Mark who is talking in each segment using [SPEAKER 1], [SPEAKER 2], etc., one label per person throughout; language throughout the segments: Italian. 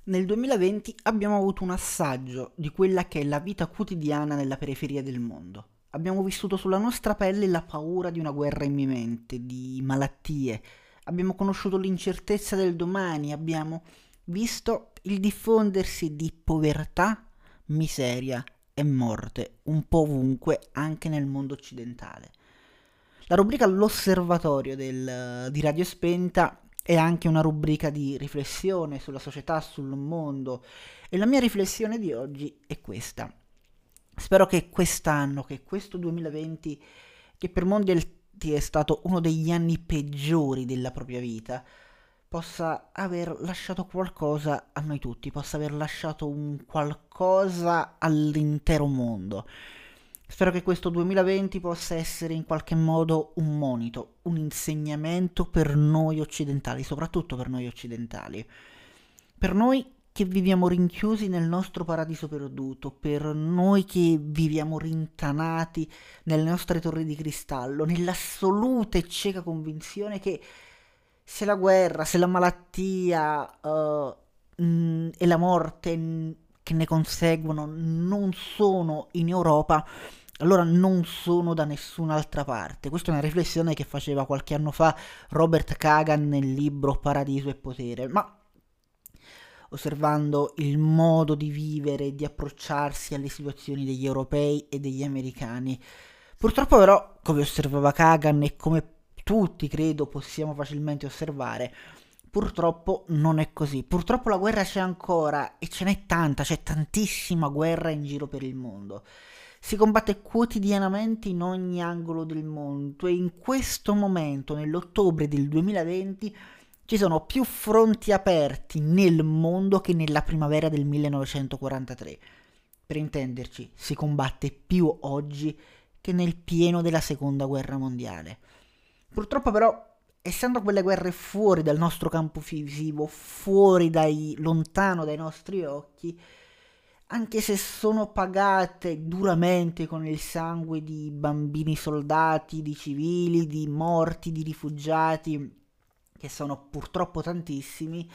[SPEAKER 1] Nel 2020 abbiamo avuto un assaggio di quella che è la vita quotidiana nella periferia del mondo. Abbiamo vissuto sulla nostra pelle la paura di una guerra imminente, di malattie. Abbiamo conosciuto l'incertezza del domani, abbiamo visto il diffondersi di povertà, miseria e morte un po' ovunque, anche nel mondo occidentale. La rubrica L'Osservatorio di Radio Spenta è anche una rubrica di riflessione sulla società, sul mondo, e la mia riflessione di oggi è questa. Spero che quest'anno, che questo 2020, che per molti è stato uno degli anni peggiori della propria vita, possa aver lasciato qualcosa a noi tutti, possa aver lasciato un qualcosa all'intero mondo. Spero che questo 2020 possa essere in qualche modo un monito, un insegnamento per noi occidentali, soprattutto per noi occidentali. Per noi che viviamo rinchiusi nel nostro paradiso perduto, per noi che viviamo rintanati nelle nostre torri di cristallo, nell'assoluta e cieca convinzione che se la guerra, se la malattia e la morte che ne conseguono non sono in Europa, allora non sono da nessun'altra parte. Questa è una riflessione che faceva qualche anno fa Robert Kagan nel libro Paradiso e Potere, ma osservando il modo di vivere e di approcciarsi alle situazioni degli europei e degli americani. Purtroppo però, come osservava Kagan e come tutti credo possiamo facilmente osservare, purtroppo non è così. Purtroppo la guerra c'è ancora e ce n'è tanta, c'è tantissima guerra in giro per il mondo. Si combatte quotidianamente in ogni angolo del mondo e in questo momento, nell'ottobre del 2020, ci sono più fronti aperti nel mondo che nella primavera del 1943. Per intenderci, si combatte più oggi che nel pieno della seconda guerra mondiale. Purtroppo però, essendo quelle guerre fuori dal nostro campo visivo, lontano dai nostri occhi, anche se sono pagate duramente con il sangue di bambini soldati, di civili, di morti, di rifugiati, che sono purtroppo tantissimi,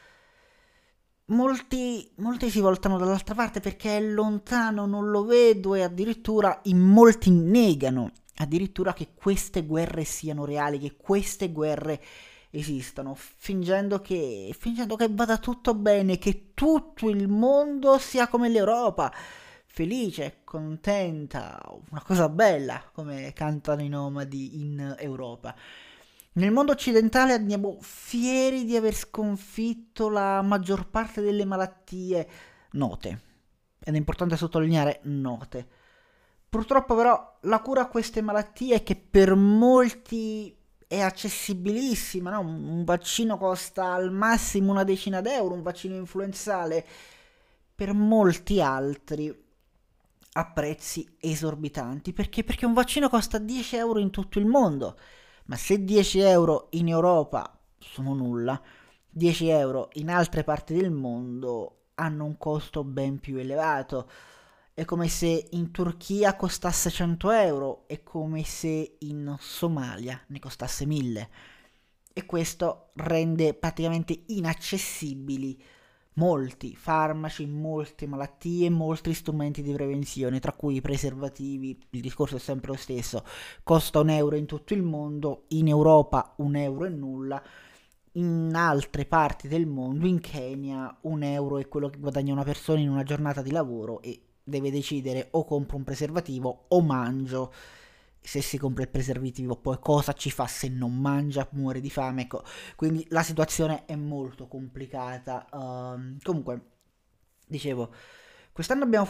[SPEAKER 1] molti si voltano dall'altra parte perché è lontano, non lo vedo e addirittura in molti negano addirittura che queste guerre siano reali, che queste guerre esistano, fingendo che vada tutto bene, che tutto il mondo sia come l'Europa, felice, contenta, una cosa bella, come cantano i nomadi in Europa. Nel mondo occidentale andiamo fieri di aver sconfitto la maggior parte delle malattie note. Ed è importante sottolineare note. Purtroppo però la cura a queste malattie che per molti è accessibilissima, no? Un vaccino costa al massimo una decina d'euro, un vaccino influenzale, per molti altri a prezzi esorbitanti. Perché? Perché un vaccino costa 10 euro in tutto il mondo, ma se 10 euro in Europa sono nulla, 10 euro in altre parti del mondo hanno un costo ben più elevato. È come se in Turchia costasse 100 euro, è come se in Somalia ne costasse 1000. E questo rende praticamente inaccessibili molti farmaci, molte malattie, molti strumenti di prevenzione, tra cui i preservativi. Il discorso è sempre lo stesso: costa un euro in tutto il mondo, in Europa un euro e nulla, in altre parti del mondo, in Kenya, un euro è quello che guadagna una persona in una giornata di lavoro e deve decidere o compro un preservativo o mangio. Se si compra il preservativo poi cosa ci fa se non mangia, muore di fame, ecco. Quindi la situazione è molto complicata. Comunque, dicevo, quest'anno abbiamo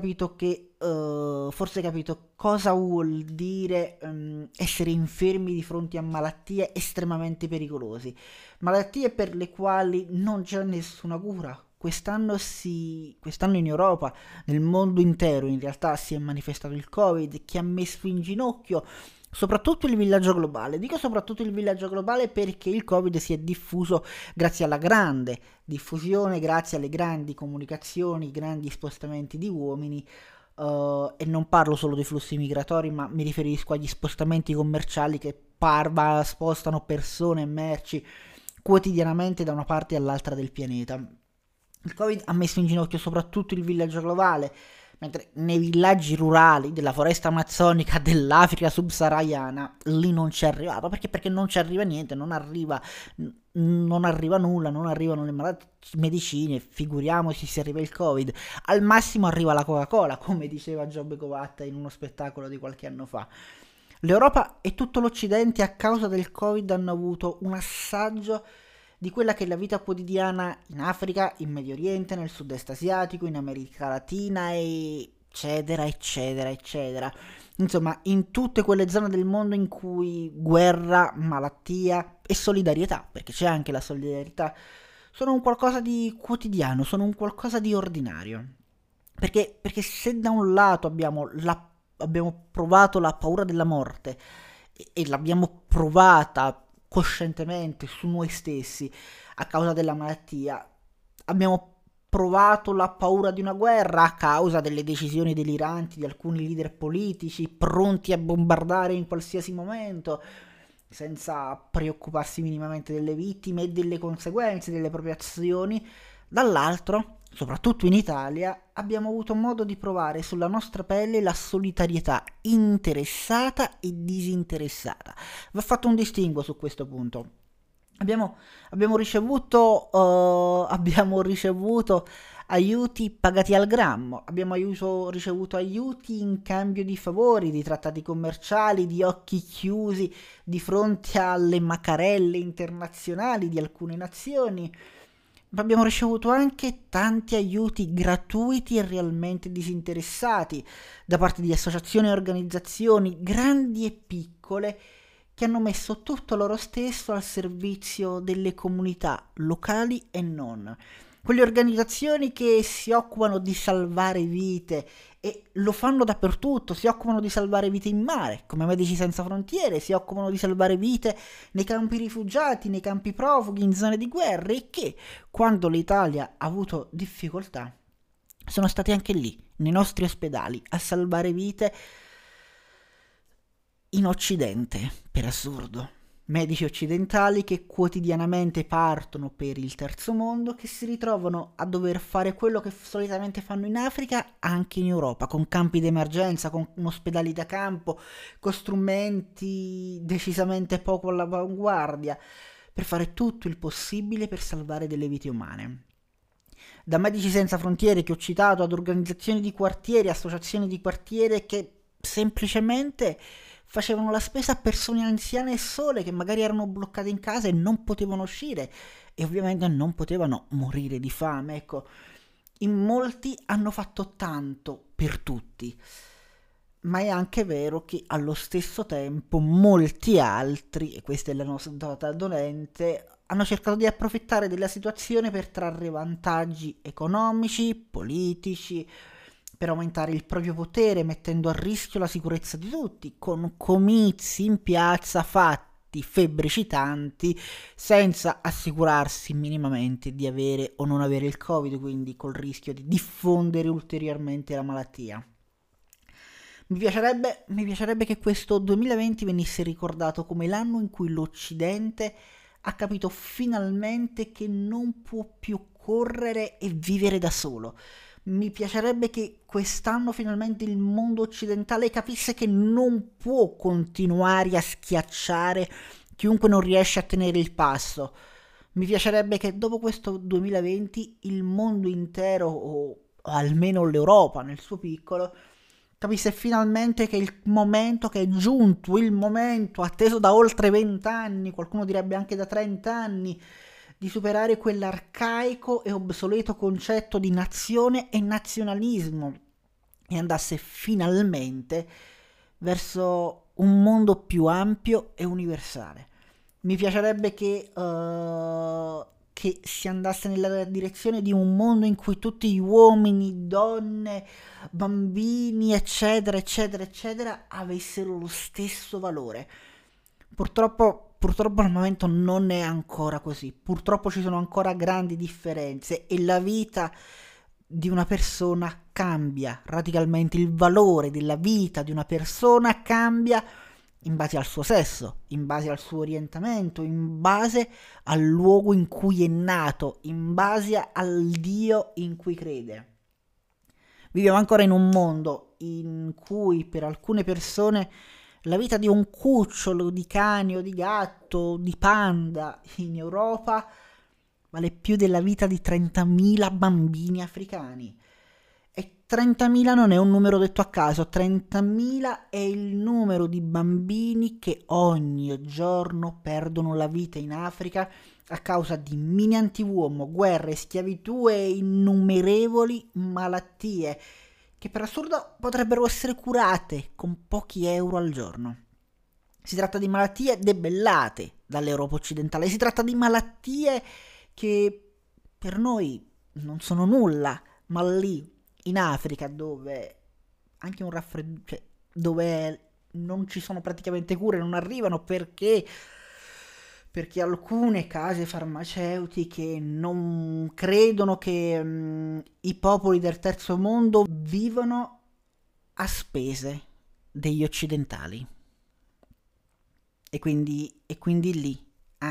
[SPEAKER 1] forse capito cosa vuol dire essere infermi di fronte a malattie estremamente pericolosi, malattie per le quali non c'è nessuna cura. Quest'anno in Europa, nel mondo intero, in realtà si è manifestato il Covid che ha messo in ginocchio soprattutto il villaggio globale. Dico soprattutto il villaggio globale perché il Covid si è diffuso grazie alla grande diffusione, grazie alle grandi comunicazioni, grandi spostamenti di uomini. E non parlo solo dei flussi migratori, ma mi riferisco agli spostamenti commerciali che spostano persone e merci quotidianamente da una parte all'altra del pianeta. Il Covid ha messo in ginocchio soprattutto il villaggio globale, mentre nei villaggi rurali della foresta amazzonica dell'Africa subsahariana lì non c'è arrivato. Perché non ci arriva niente, non arriva nulla, non arrivano le medicine, figuriamoci se arriva il Covid. Al massimo arriva la Coca-Cola, come diceva Giobbe Covatta in uno spettacolo di qualche anno fa. L'Europa e tutto l'Occidente a causa del Covid hanno avuto un assaggio di quella che è la vita quotidiana in Africa, in Medio Oriente, nel sud-est asiatico, in America Latina, eccetera, eccetera, eccetera. Insomma, in tutte quelle zone del mondo in cui guerra, malattia e solidarietà, perché c'è anche la solidarietà, sono un qualcosa di quotidiano, sono un qualcosa di ordinario. Perché se da un lato abbiamo provato la paura della morte e l'abbiamo provata coscientemente su noi stessi a causa della malattia, abbiamo provato la paura di una guerra a causa delle decisioni deliranti di alcuni leader politici pronti a bombardare in qualsiasi momento senza preoccuparsi minimamente delle vittime e delle conseguenze delle proprie azioni. Dall'altro, soprattutto in Italia, abbiamo avuto modo di provare sulla nostra pelle la solidarietà interessata e disinteressata. Va fatto un distinguo su questo punto. Abbiamo ricevuto aiuti pagati al grammo, ricevuto aiuti in cambio di favori, di trattati commerciali, di occhi chiusi di fronte alle macarelle internazionali di alcune nazioni. Ma abbiamo ricevuto anche tanti aiuti gratuiti e realmente disinteressati da parte di associazioni e organizzazioni grandi e piccole che hanno messo tutto loro stesso al servizio delle comunità locali e non. Quelle organizzazioni che si occupano di salvare vite e lo fanno dappertutto, si occupano di salvare vite in mare, come Medici Senza Frontiere, si occupano di salvare vite nei campi rifugiati, nei campi profughi, in zone di guerra e che, quando l'Italia ha avuto difficoltà, sono stati anche lì, nei nostri ospedali, a salvare vite in Occidente, per assurdo. Medici occidentali che quotidianamente partono per il terzo mondo, che si ritrovano a dover fare quello che solitamente fanno in Africa anche in Europa, con campi d'emergenza, con ospedali da campo, con strumenti decisamente poco all'avanguardia, per fare tutto il possibile per salvare delle vite umane. Da Medici Senza Frontiere che ho citato ad organizzazioni di quartiere, associazioni di quartiere che semplicemente facevano la spesa a persone anziane e sole che magari erano bloccate in casa e non potevano uscire e ovviamente non potevano morire di fame. Ecco, in molti hanno fatto tanto per tutti, ma è anche vero che allo stesso tempo molti altri, e questa è la nostra nota dolente, hanno cercato di approfittare della situazione per trarre vantaggi economici, politici, per aumentare il proprio potere, mettendo a rischio la sicurezza di tutti, con comizi in piazza fatti febbricitanti, senza assicurarsi minimamente di avere o non avere il Covid, quindi col rischio di diffondere ulteriormente la malattia. Mi piacerebbe che questo 2020 venisse ricordato come l'anno in cui l'Occidente ha capito finalmente che non può più correre e vivere da solo. Mi piacerebbe che quest'anno finalmente il mondo occidentale capisse che non può continuare a schiacciare chiunque non riesce a tenere il passo. Mi piacerebbe che dopo questo 2020 il mondo intero, o almeno l'Europa nel suo piccolo, capisse finalmente che il momento, che è giunto il momento atteso da oltre 20 anni, qualcuno direbbe anche da 30 anni, di superare quell'arcaico e obsoleto concetto di nazione e nazionalismo e andasse finalmente verso un mondo più ampio e universale. Mi piacerebbe che si andasse nella direzione di un mondo in cui tutti gli uomini, donne, bambini, eccetera, eccetera, eccetera, avessero lo stesso valore. Purtroppo al momento non è ancora così, purtroppo ci sono ancora grandi differenze e la vita di una persona cambia radicalmente, il valore della vita di una persona cambia in base al suo sesso, in base al suo orientamento, in base al luogo in cui è nato, in base al Dio in cui crede. Viviamo ancora in un mondo in cui per alcune persone la vita di un cucciolo di cane o di gatto, di panda in Europa vale più della vita di 30.000 bambini africani. E 30.000 non è un numero detto a caso, 30.000 è il numero di bambini che ogni giorno perdono la vita in Africa a causa di mine antiuomo, guerre, schiavitù e innumerevoli malattie che per assurdo potrebbero essere curate con pochi euro al giorno. Si tratta di malattie debellate dall'Europa occidentale, si tratta di malattie che per noi non sono nulla, ma lì in Africa dove anche un raffreddore, cioè, dove non ci sono praticamente cure, non arrivano perché alcune case farmaceutiche non credono che i popoli del terzo mondo vivano a spese degli occidentali. E quindi lì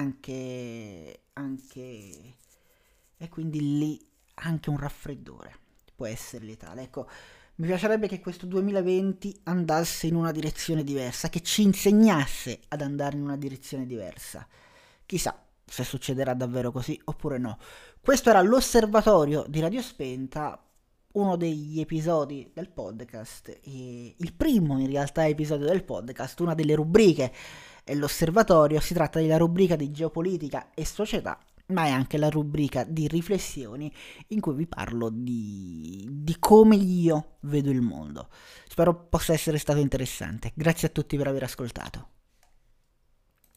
[SPEAKER 1] anche un raffreddore può essere letale. Ecco, mi piacerebbe che questo 2020 andasse in una direzione diversa, che ci insegnasse ad andare in una direzione diversa. Chissà se succederà davvero così oppure no. Questo era l'osservatorio di Radio Spenta, uno degli episodi del podcast, il primo in realtà episodio del podcast, una delle rubriche è l'osservatorio. Si tratta della rubrica di geopolitica e società, ma è anche la rubrica di riflessioni in cui vi parlo di come io vedo il mondo. Spero possa essere stato interessante. Grazie a tutti per aver ascoltato.